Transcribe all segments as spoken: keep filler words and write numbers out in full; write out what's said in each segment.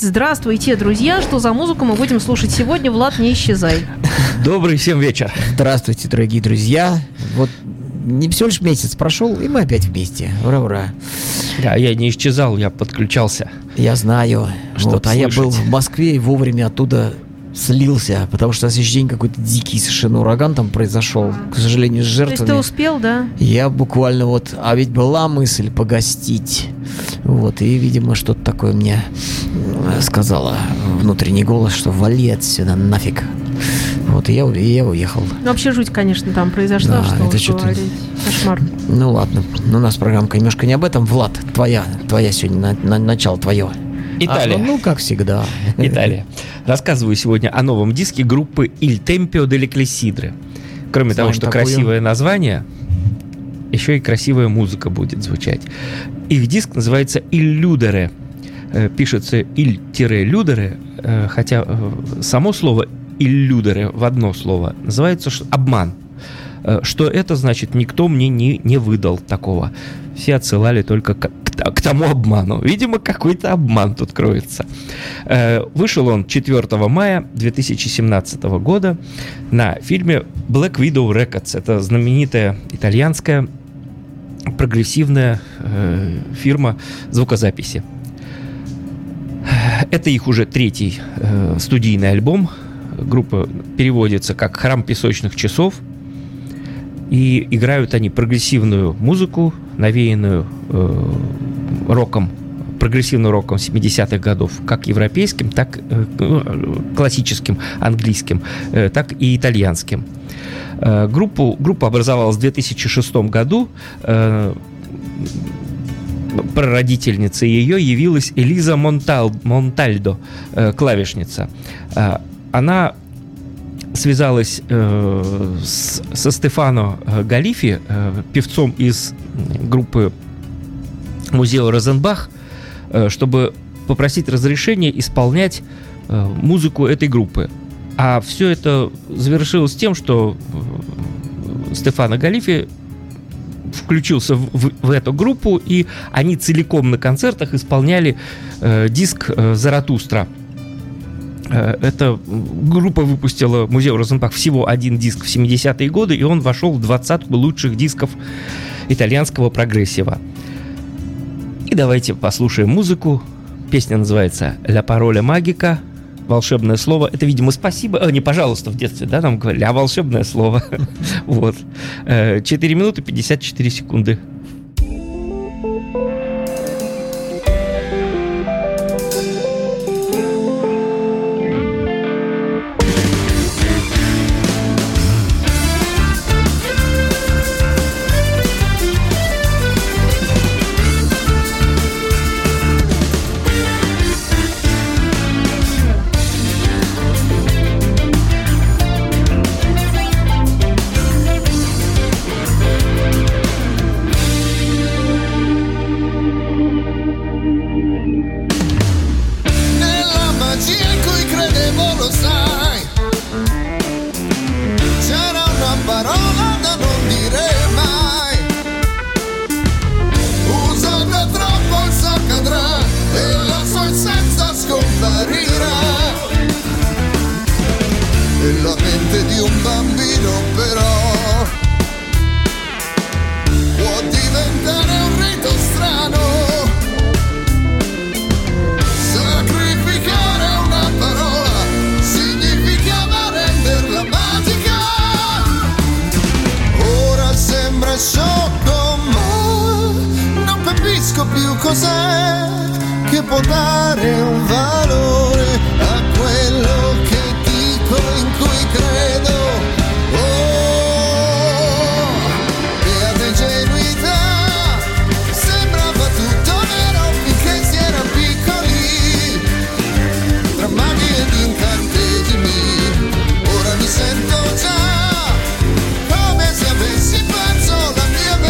Здравствуйте, друзья! Что за музыку мы будем слушать сегодня? Влад, не исчезай. Добрый всем вечер. Здравствуйте, дорогие друзья. Вот не всего лишь месяц прошел, и мы опять вместе. Ура-ура. Да, я не исчезал, я подключался. Я знаю. Вот, а я был в Москве и вовремя оттуда слился, потому что на следующий день какой-то дикий совершенно ураган там произошел, к сожалению, с жертвами. То есть ты успел, да? Я буквально вот, а ведь была мысль погостить. Вот, и, видимо, что-то такое мне сказала внутренний голос, что вали отсюда нафиг. Вот, и я, и я уехал. Ну, вообще жуть, конечно, там произошла, да, что это что-то... Кошмар. Ну, ладно. У нас программка немножко не об этом. Влад, твоя, твоя сегодня, на, на, начало твое. Италия. А, ну, как всегда. Италия. Рассказываю сегодня о новом диске группы Il Tempio delle Clessidre. Кроме Знаем того, что такую. красивое название, еще и красивая музыка будет звучать. Их диск называется Il Ludere. Пишется Il-Ludere, хотя само слово Il Ludere в одно слово называется обман. Что это значит, никто мне не, не выдал такого. Все отсылали только к, к, к тому обману. Видимо, какой-то обман тут кроется. Вышел он четвёртого мая две тысячи семнадцатого года на фильме Black Widow Records. Это знаменитая итальянская прогрессивная э, фирма звукозаписи. Это их уже третий э, студийный альбом. Группа переводится как «Храм песочных часов». И играют они прогрессивную музыку, навеянную э, роком, прогрессивным роком семидесятых годов, как европейским, так э, классическим английским, э, так и итальянским. Э, группу, группа образовалась в две тысячи шестом году. Э, прародительницей ее явилась Элиза Монталь, Монтальдо, э, клавишница. Э, она связалась э, с, со Стефано Галифи, э, певцом из группы Музео Розенбах, э, чтобы попросить разрешения исполнять э, музыку этой группы. А все это завершилось тем, что э, Стефано Галифи включился в, в, в эту группу, и они целиком на концертах исполняли э, диск э, «Заратустра». Эта группа выпустила, Музей Розенбах, всего один диск в семидесятые годы, и он вошел в двадцатку лучших дисков итальянского прогрессива. И давайте послушаем музыку. Песня называется «La parola magica», волшебное слово. Это, видимо, спасибо, а, не пожалуйста, в детстве, да, нам говорили, а волшебное слово. Вот. четыре минуты пятьдесят четыре секунды.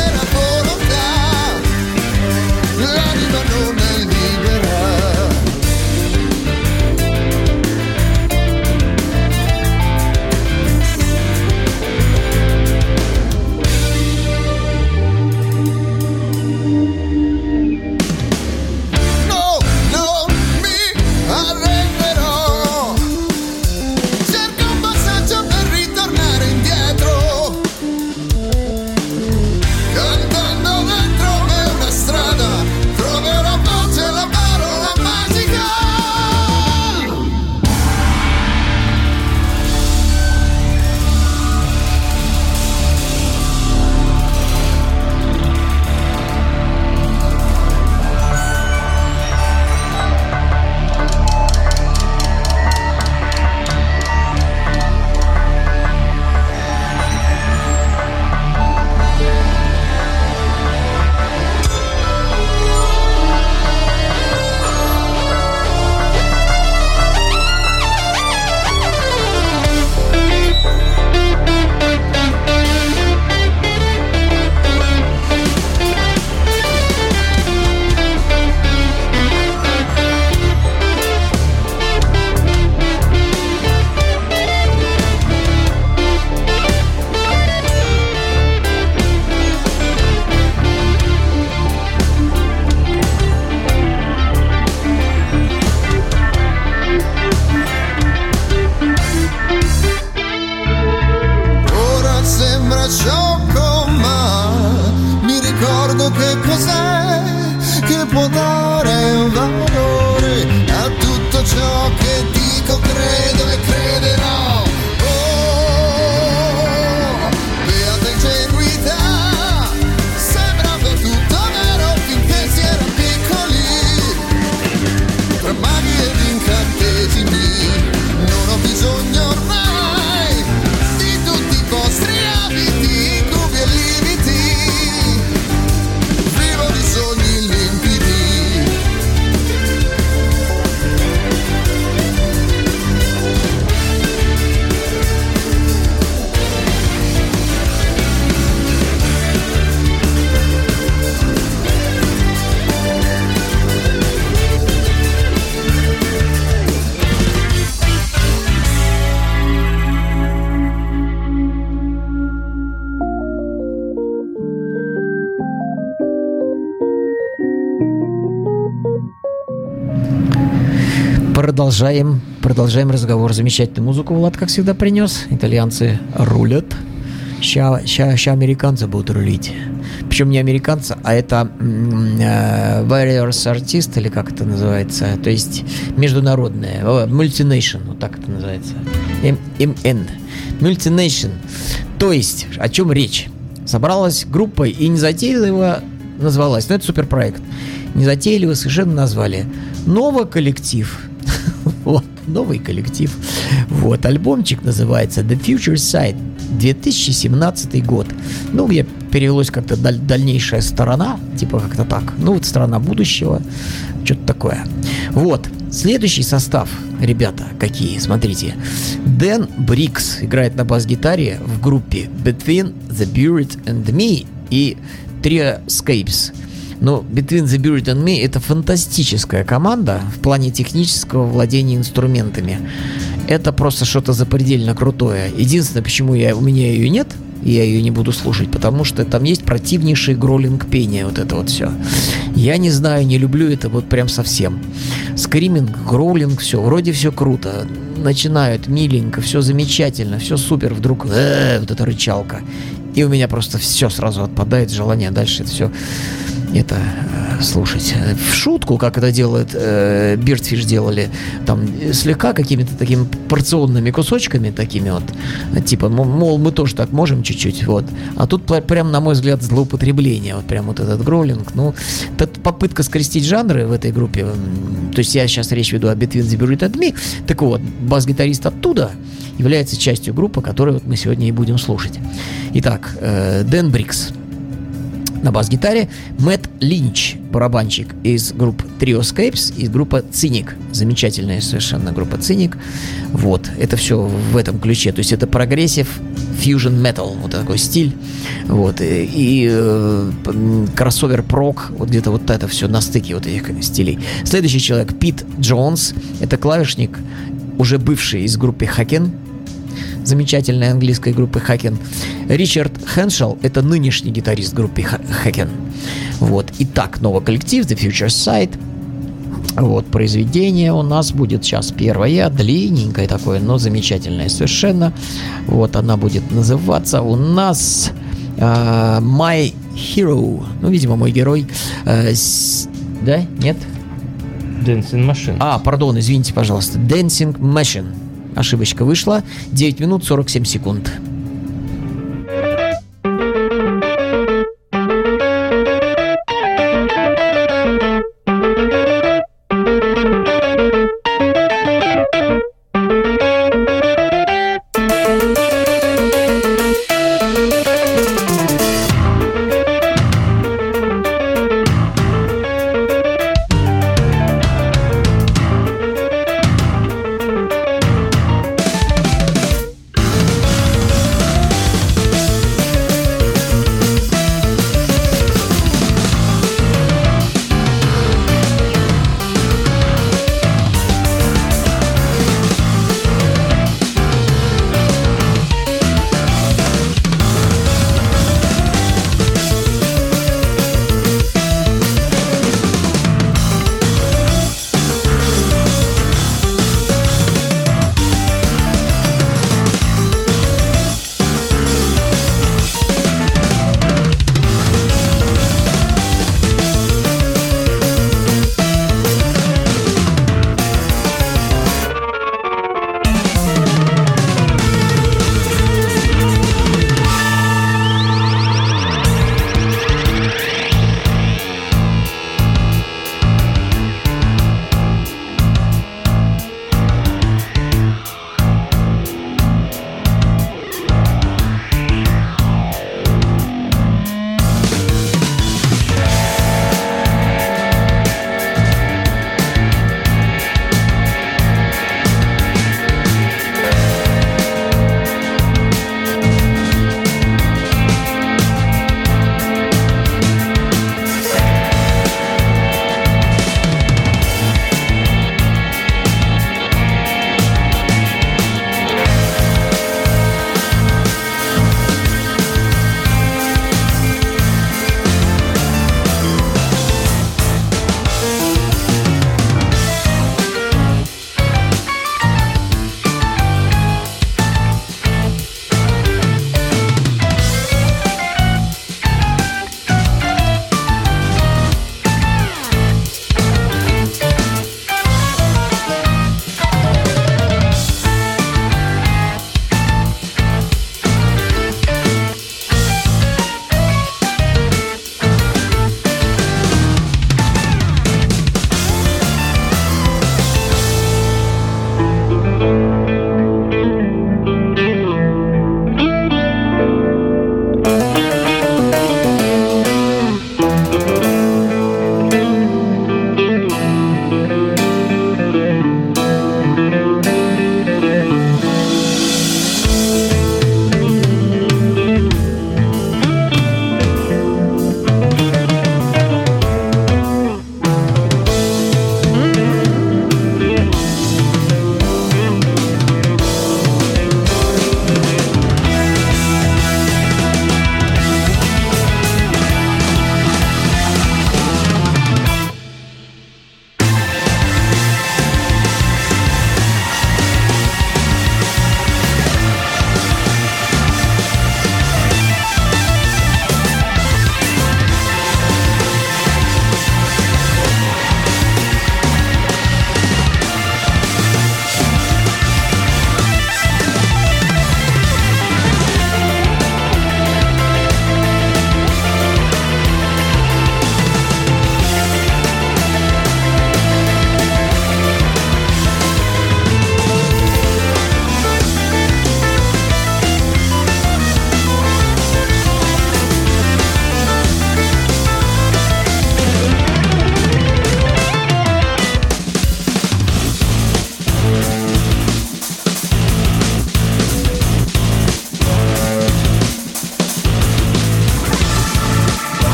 L'anima non è libera. Продолжаем, продолжаем разговор. Замечательную музыку Влад, как всегда, принес. Итальянцы рулят. Ща, ща, ща американцы будут рулить. Причем не американцы, а это э, Various Artist, или как это называется, то есть международное, Multination, вот так это называется. эм эм эн. Multination. То есть, о чем речь? Собралась группа и незатейливо назвалась, ну это суперпроект, незатейливо совершенно назвали «Новый коллектив». Вот, новый коллектив. Вот, альбомчик называется The Future Side, две тысячи семнадцатый год. Ну, я перевелось как-то даль- дальнейшая сторона, типа как-то так. Ну, вот страна будущего, что-то такое. Вот, следующий состав, ребята, какие, смотрите. Дэн Брикс играет на бас-гитаре в группе Between the Buried and Me и Trioscapes. Но Between the Buried and Me — это фантастическая команда в плане технического владения инструментами. Это просто что-то запредельно крутое. Единственное, почему я, у меня ее нет, и я ее не буду слушать, потому что там есть противнейший гроллинг пения, вот это вот все. Я не знаю, не люблю это вот прям совсем. Скриминг, гроулинг, все, вроде все круто. Начинают миленько, все замечательно, все супер, вдруг э, вот эта рычалка. И у меня просто все сразу отпадает, желание дальше это все это э, слушать. В шутку, как это делает э, Birdfish делали, там слегка какими-то такими порционными кусочками такими вот, типа, мол, мы тоже так можем чуть-чуть, вот. А тут прям, на мой взгляд, злоупотребление, вот прям вот этот гроулинг. Ну, это попытка скрестить жанры в этой группе. То есть я сейчас речь веду о Between the Buried and Me. Так вот, бас-гитарист оттуда является частью группы, которую вот мы сегодня и будем слушать. Итак, э, Дэн Брикс на бас-гитаре, Мэтт Линч, барабанщик из группы Trioscapes, из группы Cynic. Замечательная совершенно группа Cynic. Вот, это все в этом ключе. То есть это прогрессив fusion metal, вот такой стиль. Вот, и, и э, кроссовер прог, вот где-то вот это все на стыке вот этих стилей. Следующий человек Пит Джонс, это клавишник, уже бывший из группы Haken, замечательной английской группы Haken. Ричард Хеншел — это нынешний гитарист группы Haken. Вот. Итак, новый коллектив The Future Side. Вот, произведение у нас будет сейчас первое, длинненькое такое, но замечательное совершенно. Вот, она будет называться у нас uh, My Hero. Ну, видимо, мой герой. Uh, с... Да? Нет? Dancing Machine. А, пардон, извините, пожалуйста. Dancing Machine. Ошибочка вышла. девять минут сорок семь секунд.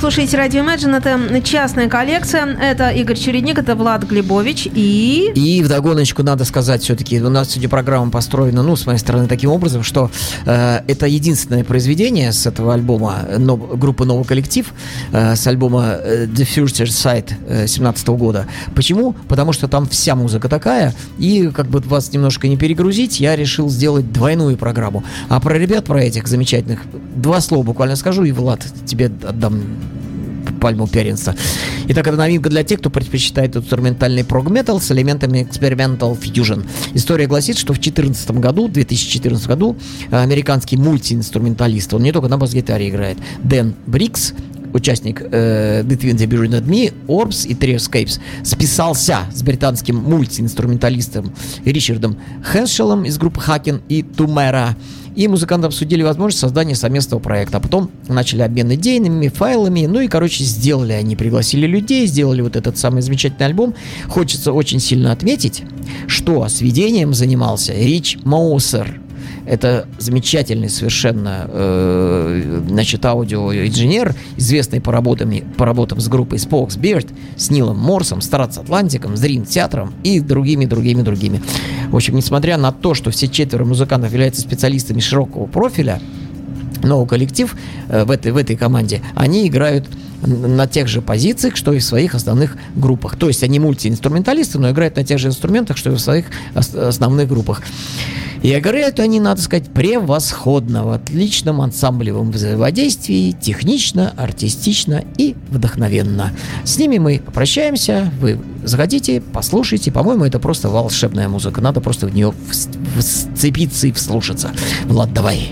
слушаете радио Imagine. Это частная коллекция. Это Игорь Чередник, это Влад Глебович и... И вдогоночку надо сказать все-таки, у нас сегодня программа построена, ну, с моей стороны, таким образом, что э, это единственное произведение с этого альбома но, группы «Новый коллектив», э, с альбома The Future Sight семнадцатого года. Почему? Потому что там вся музыка такая, и как бы вас немножко не перегрузить, я решил сделать двойную программу. А про ребят, про этих замечательных, два слова буквально скажу, и, Влад, тебе отдам пальму первенства. Итак, это новинка для тех, кто предпочитает инструментальный прог-метал с элементами experimental fusion. История гласит, что в четырнадцатом году, две тысячи четырнадцатом году, американский мультиинструменталист, он не только на бас-гитаре играет, Дэн Брикс, участник э, Between the Buried and Me, Orbs и Treescapes, списался с британским мультиинструменталистом Ричардом Хэншеллом из группы Haken и Тумера. И музыканты обсудили возможность создания совместного проекта. А потом начали обмен идейными, файлами. Ну и, короче, сделали они. Пригласили людей, сделали вот этот самый замечательный альбом. Хочется очень сильно отметить, что сведением занимался Рич Моусер. Это замечательный совершенно э, значит, аудиоинженер, известный по работам, по работам с группой Spokes Beard, с Нилом Морсом, с Трансатлантиком, с Dream Theater и другими, другими, другими. В общем, несмотря на то, что все четверо музыкантов являются специалистами широкого профиля, новый коллектив э, в, этой, в этой команде, они играют на тех же позициях, что и в своих основных группах. То есть они мультиинструменталисты, но играют на тех же инструментах, что и в своих основных группах. И играют они, надо сказать, превосходно, в отличном ансамблевом взаимодействии, технично, артистично и вдохновенно. С ними мы попрощаемся, вы заходите, послушайте, по-моему, это просто волшебная музыка, надо просто в нее вцепиться и вслушаться. Влад, давай.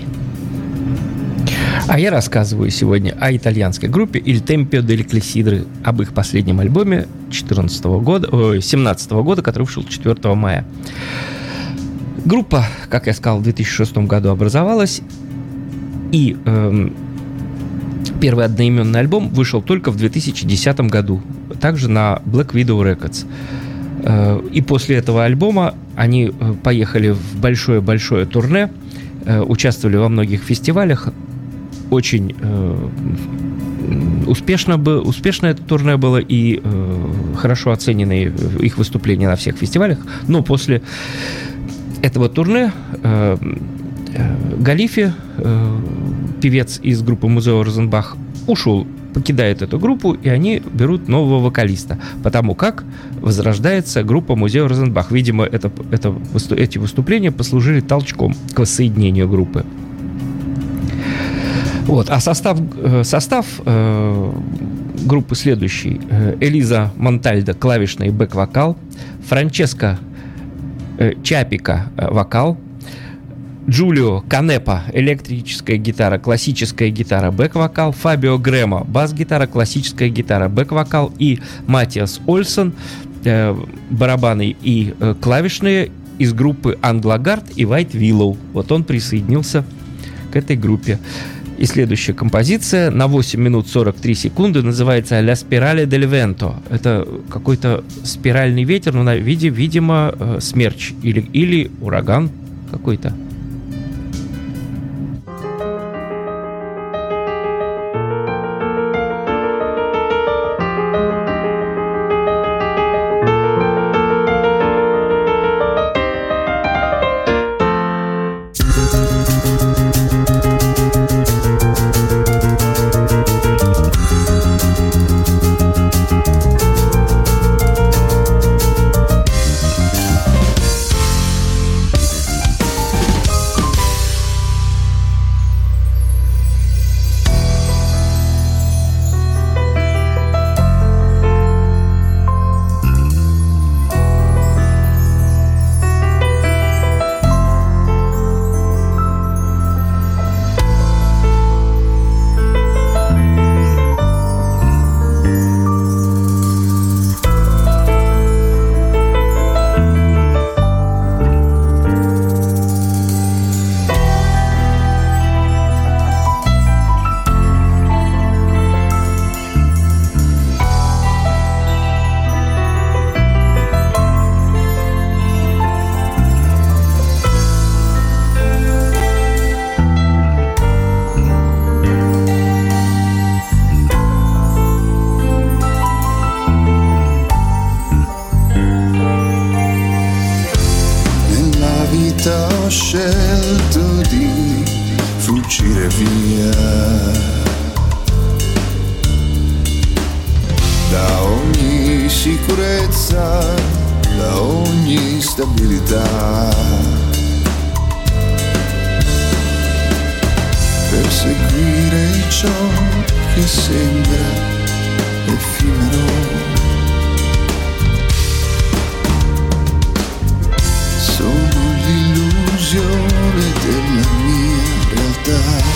А я рассказываю сегодня о итальянской группе Il Tempio delle Clessidre, об их последнем альбоме четырнадцатого года, ой, семнадцатого года, который вышел четвёртого мая. Группа, как я сказал, в две тысячи шестом году образовалась, и эм, первый одноименный альбом вышел только в две тысячи десятом году, также на Black Widow Records. Э, и после этого альбома они поехали в большое-большое турне, э, участвовали во многих фестивалях. Очень э, успешно, бы, успешно это турне было и э, хорошо оценены их выступления на всех фестивалях. Но после этого турне э, э, Галифи, э, певец из группы Музео Розенбах, ушел, покидает эту группу, и они берут нового вокалиста, потому как возрождается группа Музео Розенбах. Видимо, это, это, эти выступления послужили толчком к воссоединению группы. Вот. А состав, состав э, группы следующий. Элиза Монтальдо, клавишный бэк-вокал. Франческо э, Чапика, э, вокал. Джулио Канепа, электрическая гитара, классическая гитара, бэк-вокал. Фабио Гремо, бас-гитара, классическая гитара, бэк-вокал. И Матиас Ольсон, э, барабаны и э, клавишные из группы Angloguard и White Willow. Вот он присоединился к этой группе. И следующая композиция на восемь минут сорок три секунды называется «La Spirale del Vento». Это какой-то спиральный ветер, но, видимо, смерч или, или ураган какой-то. da ogni sicurezza, da ogni stabilità. Perseguire ciò che sembra effimero, sono l'illusione della mia realtà.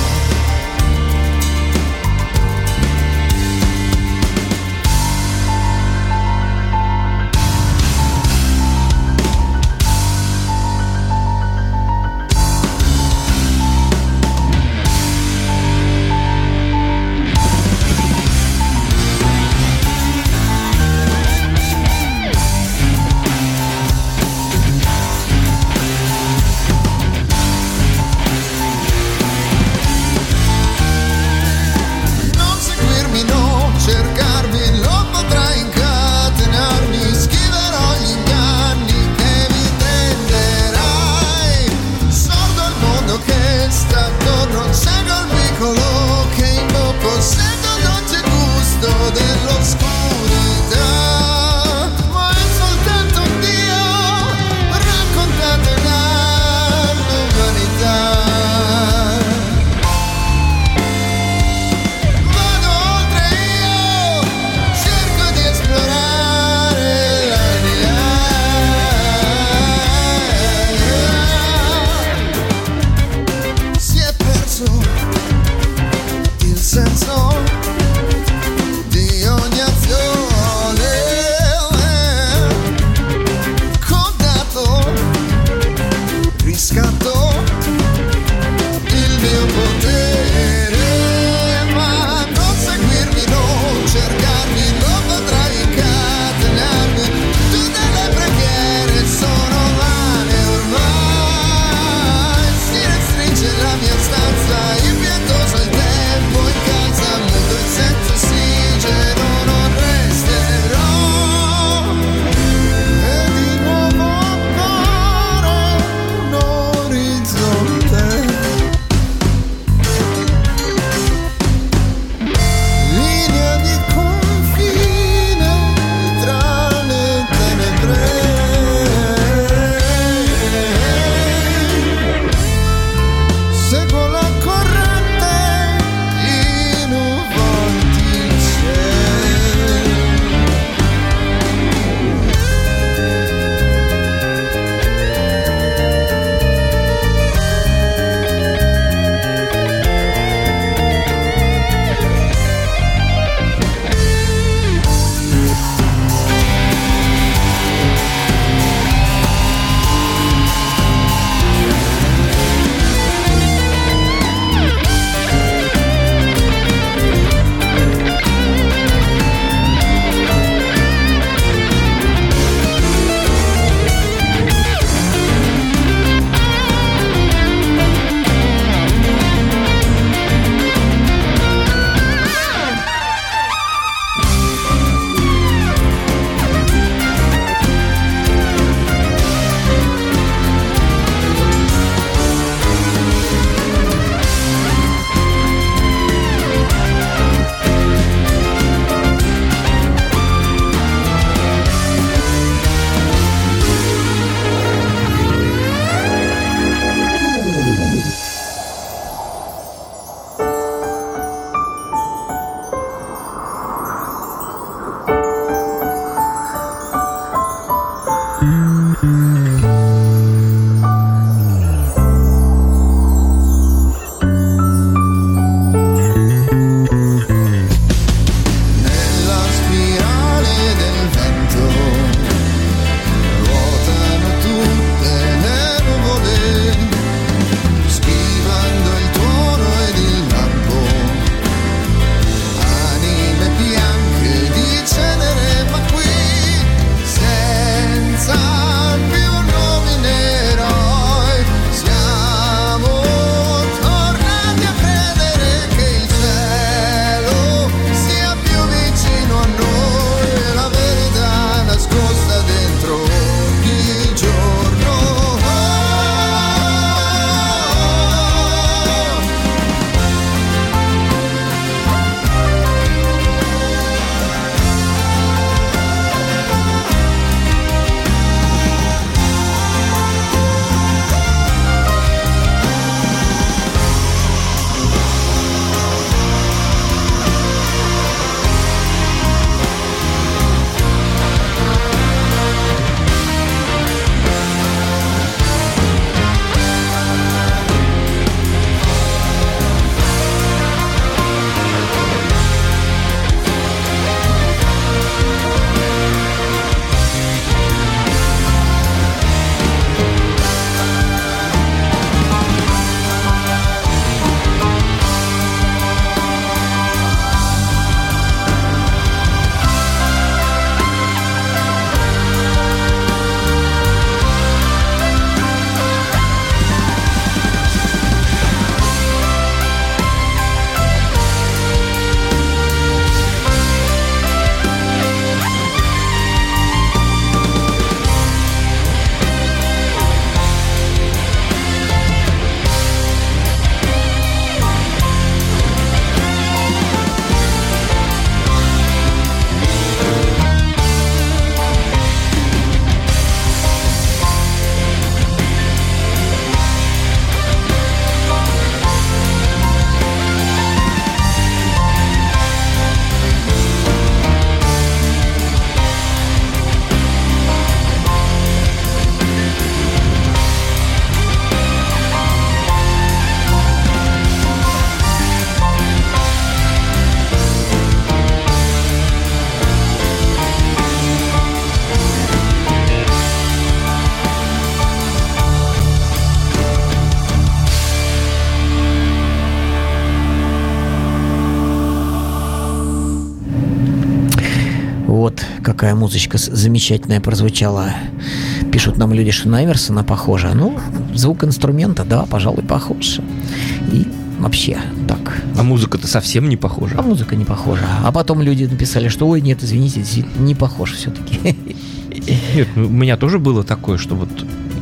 Вот какая музычка замечательная прозвучала. Пишут нам люди, что на Эмерсона похоже. Ну, звук инструмента, да, пожалуй, похож. И вообще так. А музыка-то совсем не похожа. А музыка не похожа. А потом люди написали, что ой, нет, извините, не похож все-таки. Нет, у меня тоже было такое, что вот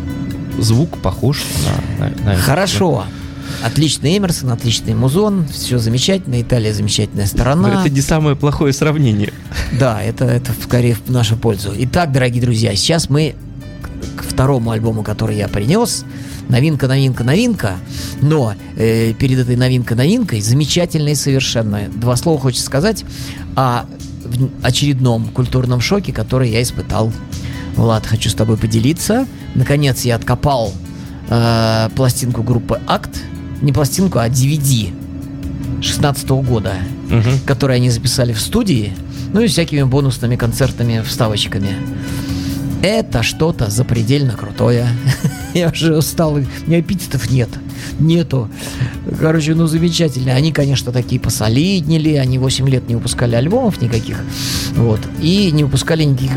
звук похож на... на, на Хорошо. Отличный Эмерсон, отличный музон, все замечательно, Италия замечательная страна. Но это не самое плохое сравнение. Да, это, это скорее в нашу пользу. Итак, дорогие друзья, сейчас мы к второму альбому, который я принес. Новинка, новинка, новинка. Но э, перед этой новинкой-новинкой замечательной совершенно. Два слова хочется сказать о очередном культурном шоке, который я испытал. Влад, хочу с тобой поделиться. Наконец я откопал э, пластинку группы «Акт». Не пластинку, а ди ви ди шестнадцатого года, угу. который они записали в студии, ну и всякими бонусными концертными вставочками. Это что-то запредельно крутое. Я уже устал, у меня эпитетов нет. Нету. Короче, ну замечательно. Они, конечно, такие посолиднили. Они восемь лет не выпускали альбомов никаких. Вот. И не выпускали никаких,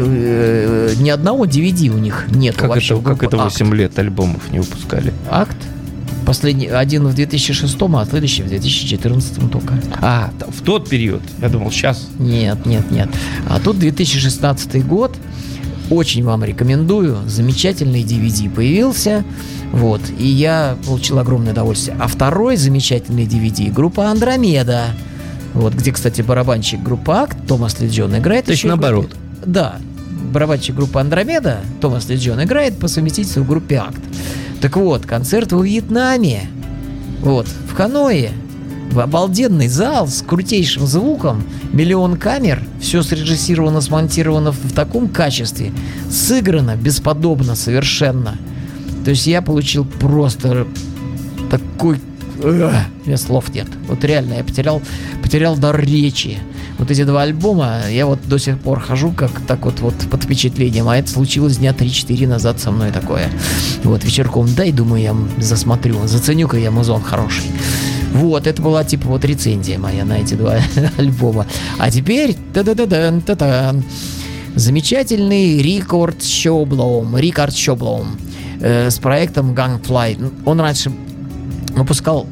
э, ни одного ди ви ди у них нет. Как это, как это восемь лет альбомов не выпускали? «Акт». Последний, один в две тысячи шестом, а следующий в две тысячи четырнадцатом только. А, в тот период? Я думал, сейчас. Нет, нет, нет. А тут две тысячи шестнадцатый год. Очень вам рекомендую. Замечательный ди ви ди появился. Вот. И я получил огромное удовольствие. А второй замечательный ди ви ди — группа «Андромеда». Вот, где, кстати, барабанщик группы «Акт» Томас Ли Джон играет. То есть наоборот. Группе... Да. Барабанщик группы «Андромеда» Томас Ли Джон играет по совместительству в группе «Акт». Так вот, концерт во Вьетнаме, вот, в Ханое, в обалденный зал с крутейшим звуком, миллион камер, все срежиссировано, смонтировано в таком качестве, сыграно бесподобно совершенно. То есть я получил просто такой... Ugh, у меня слов нет. Вот реально, я потерял, потерял дар речи. Вот эти два альбома, я вот до сих пор хожу как так вот, вот под впечатлением. А это случилось дня три-четыре назад со мной такое. Вот, вечерком, дай, думаю, я засмотрю, заценю-ка я музон хороший. Вот, это была типа вот рецензия моя на эти два альбома. А теперь... Та-да-да-дан, та-дан. Замечательный Рикард Шоблом. Рикард Шоблом. Э, с проектом Gangfly. Он раньше выпускал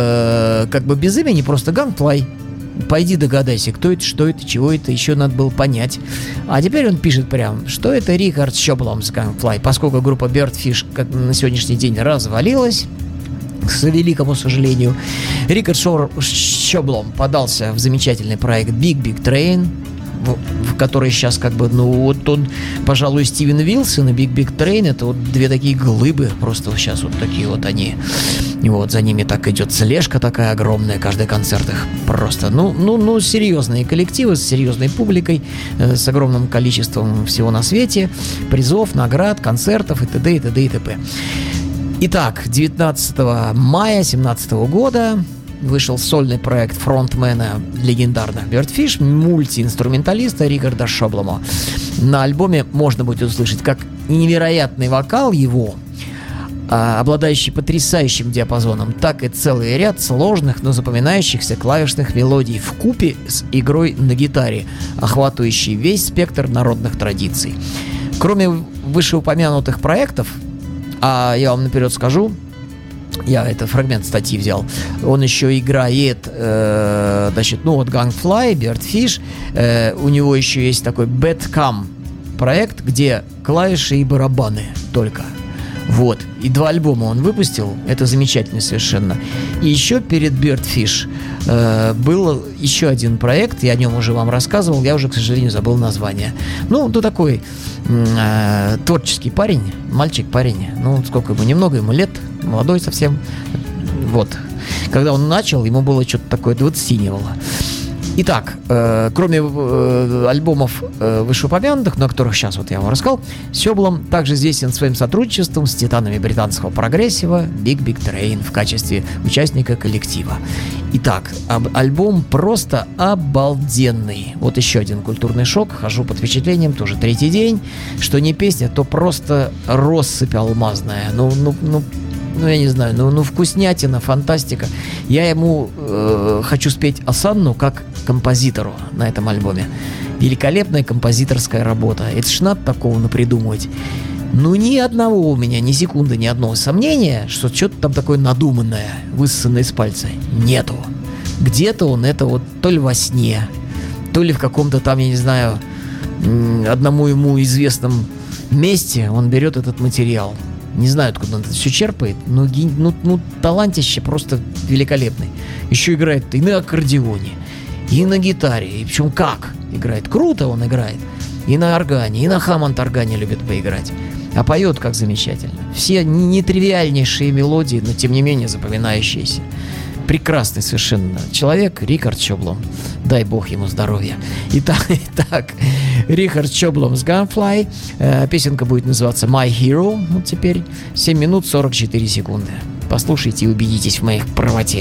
э, как бы без имени, просто Gangfly. Пойди догадайся, кто это, что это, чего это, еще надо было понять. А теперь он пишет прям, что это Рикард Шоблом с Gangfly. Поскольку группа Birdfish как на сегодняшний день развалилась, к великому сожалению, Рикард Шоблом подался в замечательный проект Big Big Train, в, в который сейчас как бы, ну вот он, пожалуй, Стивен Вилсон и Big Big Train — это вот две такие глыбы, просто вот сейчас вот такие вот они. И вот за ними так идет слежка такая огромная, каждый концерт их просто, ну, ну, ну, серьезные коллективы с серьезной публикой, э, с огромным количеством всего на свете, призов, наград, концертов и т.д. и т.д. и т.п. Итак, девятнадцатого мая две тысячи семнадцатого года вышел сольный проект фронтмена легендарных Birdfish, мультиинструменталиста Рикарда Шоблома. На альбоме можно будет услышать как невероятный вокал его, обладающий потрясающим диапазоном, так и целый ряд сложных, но запоминающихся клавишных мелодий вкупе с игрой на гитаре, охватывающий весь спектр народных традиций. Кроме вышеупомянутых проектов, а я вам наперед скажу, я это фрагмент статьи взял, он еще играет, э, значит, ну вот Gangfly, Birdfish, э, у него еще есть такой Badcam проект, где клавиши и барабаны только. Вот. И два альбома он выпустил. Это замечательно совершенно. И еще перед Birdfish э, был еще один проект. Я о нем уже вам рассказывал. Я уже, к сожалению, забыл название. Ну, ну такой э, творческий парень. Мальчик-парень. Ну, сколько ему? Немного ему лет. Молодой совсем. Вот. Когда он начал, ему было что-то такое двадцать не было. Итак, э, кроме э, альбомов э, вышеупомянутых, на которых сейчас вот я вам рассказал, Шоблом также известен своим сотрудничеством с титанами британского прогрессива Big Big Train в качестве участника коллектива. Итак, об, альбом просто обалденный. Вот еще один культурный шок. Хожу под впечатлением, тоже третий день. Что не песня, то просто россыпь алмазная. Ну, ну, ну ну, я не знаю, ну, ну вкуснятина, фантастика. Я ему э, хочу спеть осанну как композитору на этом альбоме. Великолепная композиторская работа. Это ж надо такого напридумывать. Ну, ни одного у меня, ни секунды, ни одного сомнения, что что-то там такое надуманное, высосанное из пальца. Нету. Где-то он это вот то ли во сне, то ли в каком-то там, я не знаю, одному ему известном месте он берет этот материал. Не знаю, откуда он это все черпает, но ну, ну, талантище просто великолепный. Еще играет и на аккордеоне, и на гитаре. И причем как играет? Круто он играет. И на органе, и на Хаммонд-органе любит поиграть. А поет как замечательно. Все нетривиальнейшие мелодии, но тем не менее запоминающиеся. Прекрасный совершенно человек Рихард Чоблом. Дай бог ему здоровья. Итак, итак Рихард Чоблом с Gunfly. Э, песенка будет называться My Hero. Вот теперь семь минут сорок четыре секунды. Послушайте и убедитесь в моей правоте.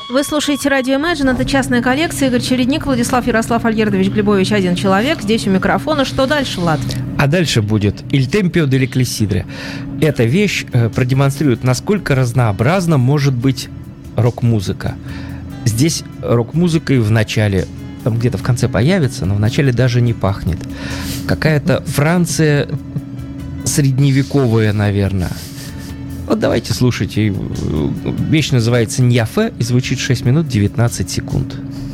Вы слушаете радио Imagine, это частная коллекция. Игорь Чередник, Владислав Ярослав Альгердович Глебович, один человек. Здесь у микрофона. Что дальше, Влад? А дальше будет «Il Tempio delle Clessidre». Эта вещь э, продемонстрирует, насколько разнообразна может быть рок-музыка. Здесь рок-музыкой в начале, там где-то в конце появится, но в начале даже не пахнет. Какая-то Франция средневековая, наверное. Вот давайте слушайте. Вещь называется «Ньяфе» и звучит шесть минут девятнадцать секунд.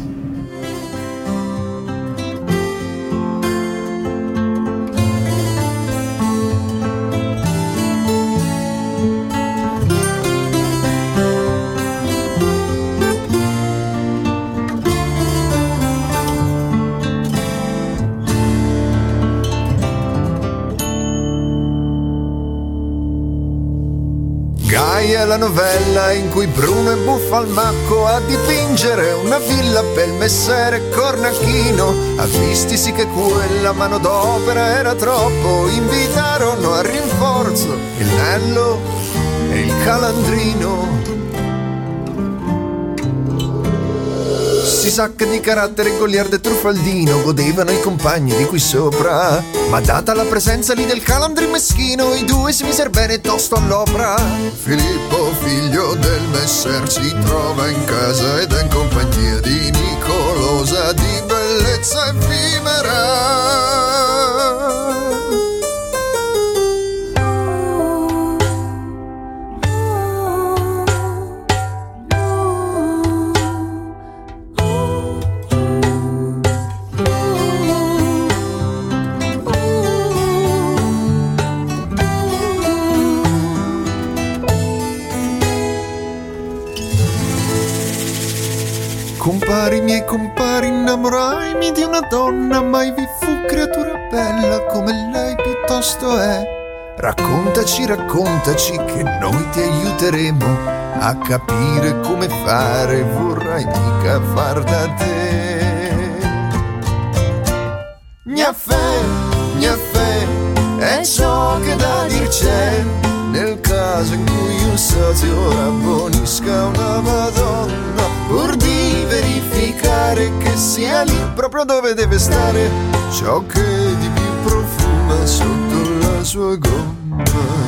Gaia è la novella in cui Bruno e Buffalmacco a dipingere una villa per messere Cornacchino. Avvistisi che quella manodopera era troppo, invitarono a rinforzo il Nello e il Calandrino. Si sa che di carattere Goliardo e Truffaldino godevano i compagni di qui sopra, ma data la presenza lì del Calandri meschino, i due si misero bene tosto all'opera. Filippo, figlio del messer, si trova in casa ed è in compagnia di Nicolosa di bellezza effimera. Compari miei compari, innamoraimi di una donna, mai vi fu creatura bella come lei piuttosto è. Raccontaci, raccontaci che noi ti aiuteremo a capire come fare, vorrai mica far da te. Gnaffè, gnaffè, è ciò che da dir c'è, nel caso in cui un socio rabbonisca una Madonna, pur di verificare che sia lì proprio dove deve stare ciò che di più profuma sotto la sua gomma.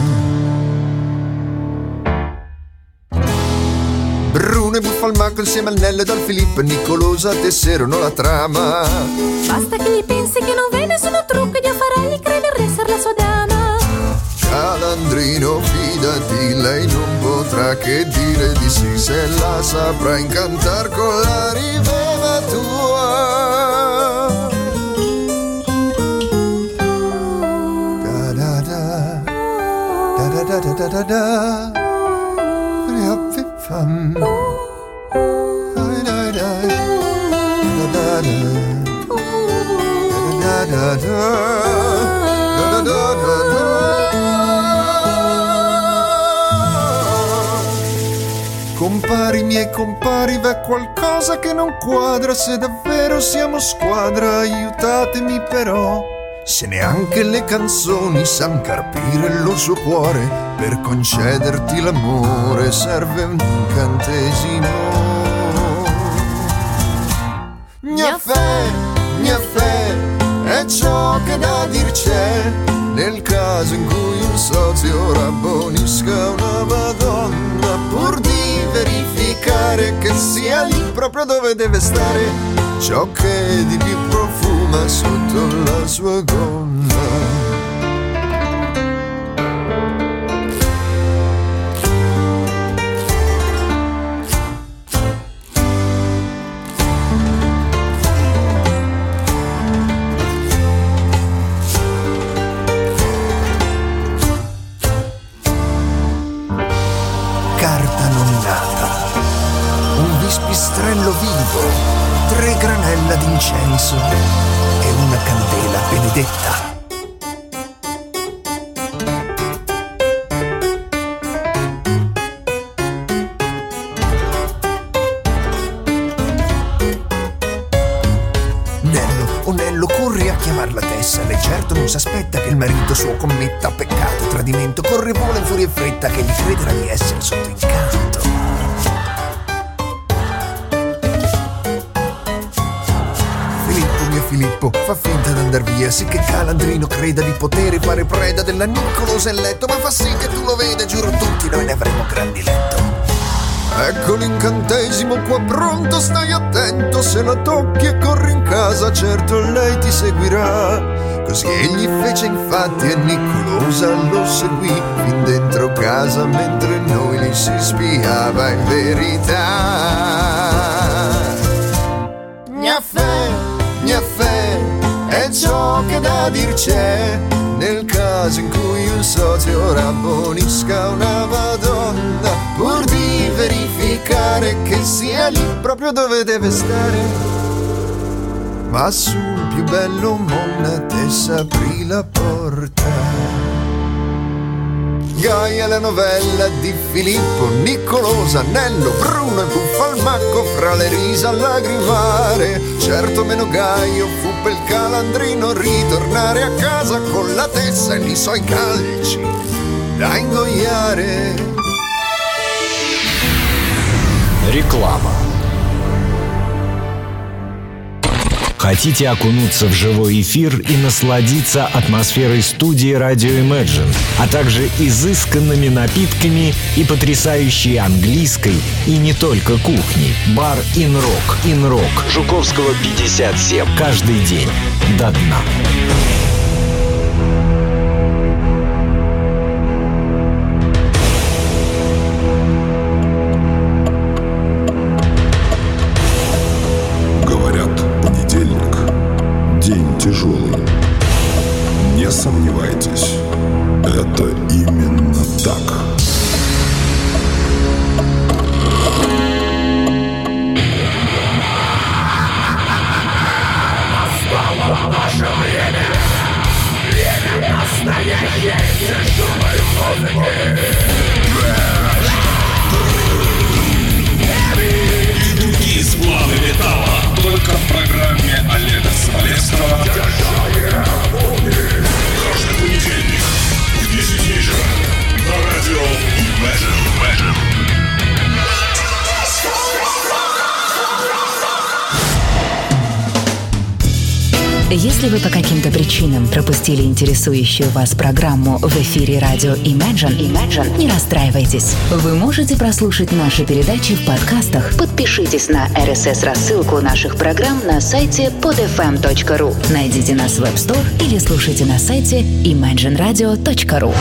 Bruno e Buffalmacco insieme al Nello ed al Filippo e Nicolosa tesserono la trama. Basta che gli pensi che non vede nessuno trucco, gli farai credere di essere la sua dama. Calandrino, fidati, lei non potrà che dire di sì se la saprà incantar con la rivela tua. Da da da, da da da da da da, riaffifam, dai dai dai, da da da, da da da, da da da. Compari miei compari, v'è qualcosa che non quadra, se davvero siamo squadra aiutatemi però. Se neanche le canzoni san carpire lo suo cuore, per concederti l'amore serve un incantesimo. Gnaffè, gnaffè, è ciò che da dir c'è, nel caso in cui un socio rabbonisca una Madonna, pur di verificare che sia lì proprio dove deve stare ciò che di più profuma sotto la sua gonna. Pistrello vivo, tre granella d'incenso e una candela benedetta. Nello, oh Nello, corri a chiamar la tessa, lei certo non s'aspetta che il marito suo commetta peccato, tradimento, corre, vola in furia e fretta che gli crederà di essere sotto incanto. Marco fa finta di andar via, sì che Calandrino creda di poter fare preda della Nicolosa in letto, ma fa sì che tu lo veda, giuro tutti noi ne avremo grandi letto. Ecco l'incantesimo qua pronto, stai attento, se la tocchi e corri in casa, certo lei ti seguirà. Così egli fece infatti e Nicolosa lo seguì fin dentro casa, mentre noi li si spiava in verità. Gnaffè, gnaffè, è ciò che da dir c'è, nel caso in cui un socio rabbonisca una Madonna, pur di verificare che sia lì proprio dove deve stare. Ma sul più bello Monatessa aprì la porta. Gaia la novella di Filippo, Nicolosa, Nello, Bruno e Buffalmacco, fra le risa a lagrimare. Certo meno Gaio fu per il Calandrino ritornare a casa con la testa e i suoi calci da ingoiare. Реклама. Хотите окунуться в живой эфир и насладиться атмосферой студии Radio Imagine, а также изысканными напитками и потрясающей английской и не только кухней? Бар «Инрок». «Инрок». Жуковского, пятьдесят семь. Каждый день. До дна. Тяжелый. Не сомневайтесь, это именно так. Настало наше время. Время настоящей тяжелой музыки. И другие сплавы металла только в программе Олега Смолецкого. Каждый понедельник в десять вечера на радио Imagine. Если вы по каким-то причинам пропустили интересующую вас программу в эфире радио Imagine, Imagine, не расстраивайтесь. Вы можете прослушать наши передачи в подкастах. Подпишитесь на эр эс эс-рассылку наших программ на сайте под эф эм точка ру. Найдите нас в App Store или слушайте на сайте имэджин радио точка ру.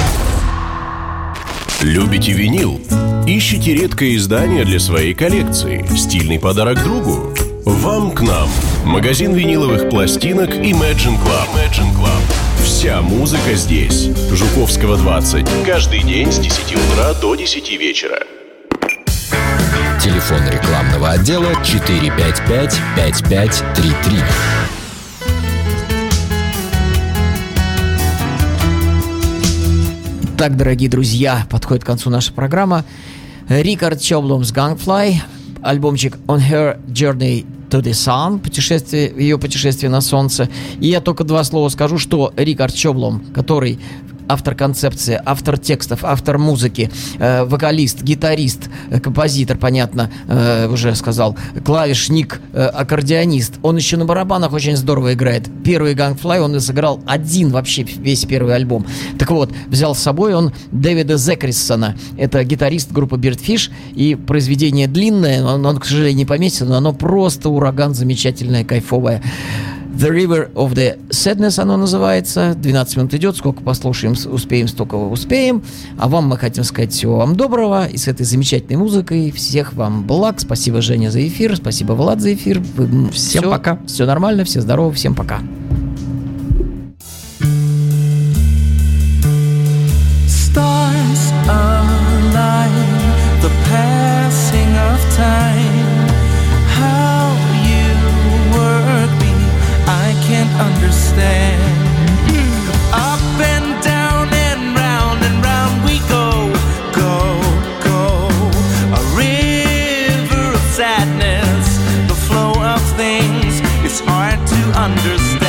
Любите винил? Ищите редкое издание для своей коллекции? Стильный подарок другу? Вам к нам. Магазин виниловых пластинок Imagine Club. Imagine Club. Вся музыка здесь. Жуковского, двадцать. Каждый день с десяти утра до десяти вечера. Телефон рекламного отдела четыре пять пять пять пять три три. Так, дорогие друзья, подходит к концу наша программа. Рикард Чоблом's Gangfly, альбомчик On Her Journey to the Sun, путешествие, ее путешествие на солнце. И я только два слова скажу, что Рикард Чоблом, который автор концепции, автор текстов, автор музыки, э, вокалист, гитарист, э, композитор, понятно, э, уже сказал, клавишник, э, аккордеонист. Он еще на барабанах очень здорово играет. Первый Gangfly он и сыграл один вообще весь первый альбом. Так вот, взял с собой он Дэвида Зекрисона. Это гитарист группы Birdfish. И произведение длинное, он, он, к сожалению, не поместится, но оно просто ураган, замечательное, кайфовое. The River of the Sadness оно называется. двенадцать минут идет. Сколько послушаем, успеем, столько успеем. А вам мы хотим сказать всего вам доброго. И с этой замечательной музыкой всех вам благ. Спасибо, Женя, за эфир. Спасибо, Влад, за эфир. Вы, всем все, пока. Все нормально, все здоровы. Всем пока. Stars align, the passing of time. How you work me, I can't understand. Up and down and round and round we go, go, go. A river of sadness, the flow of things, it's hard to understand.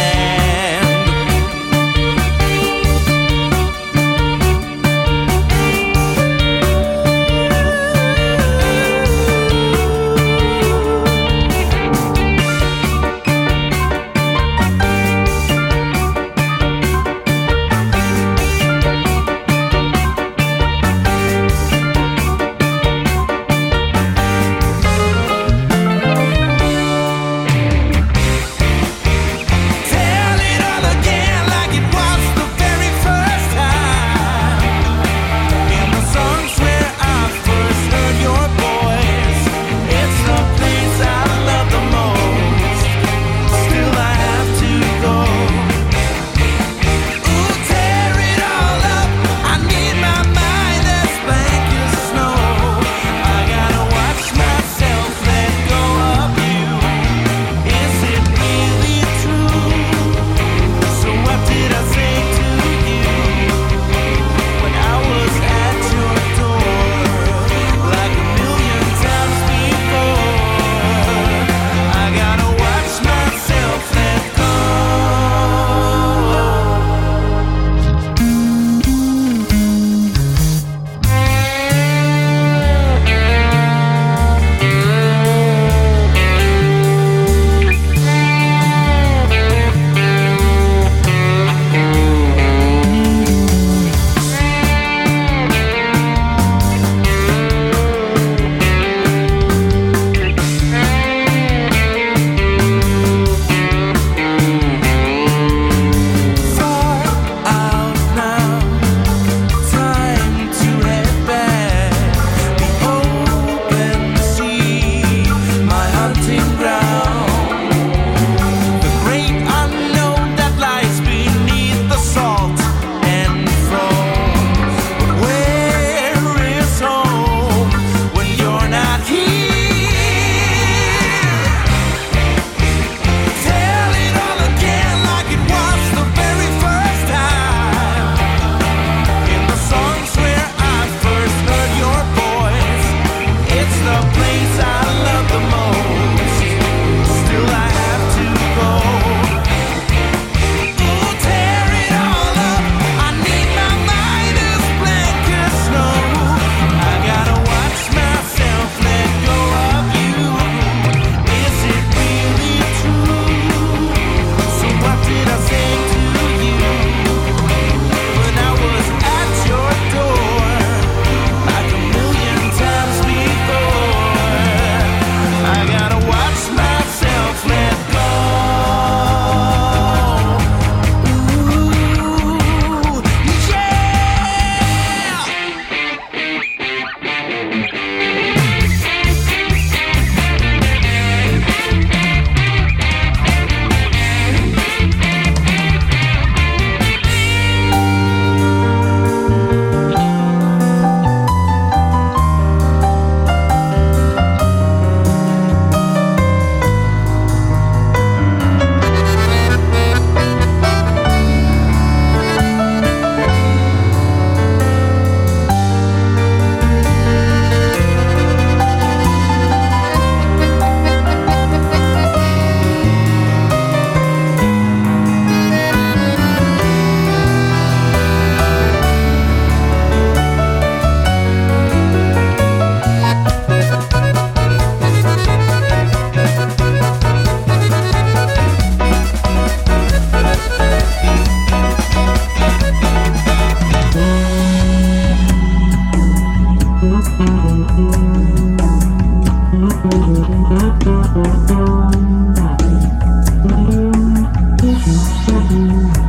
Thank you.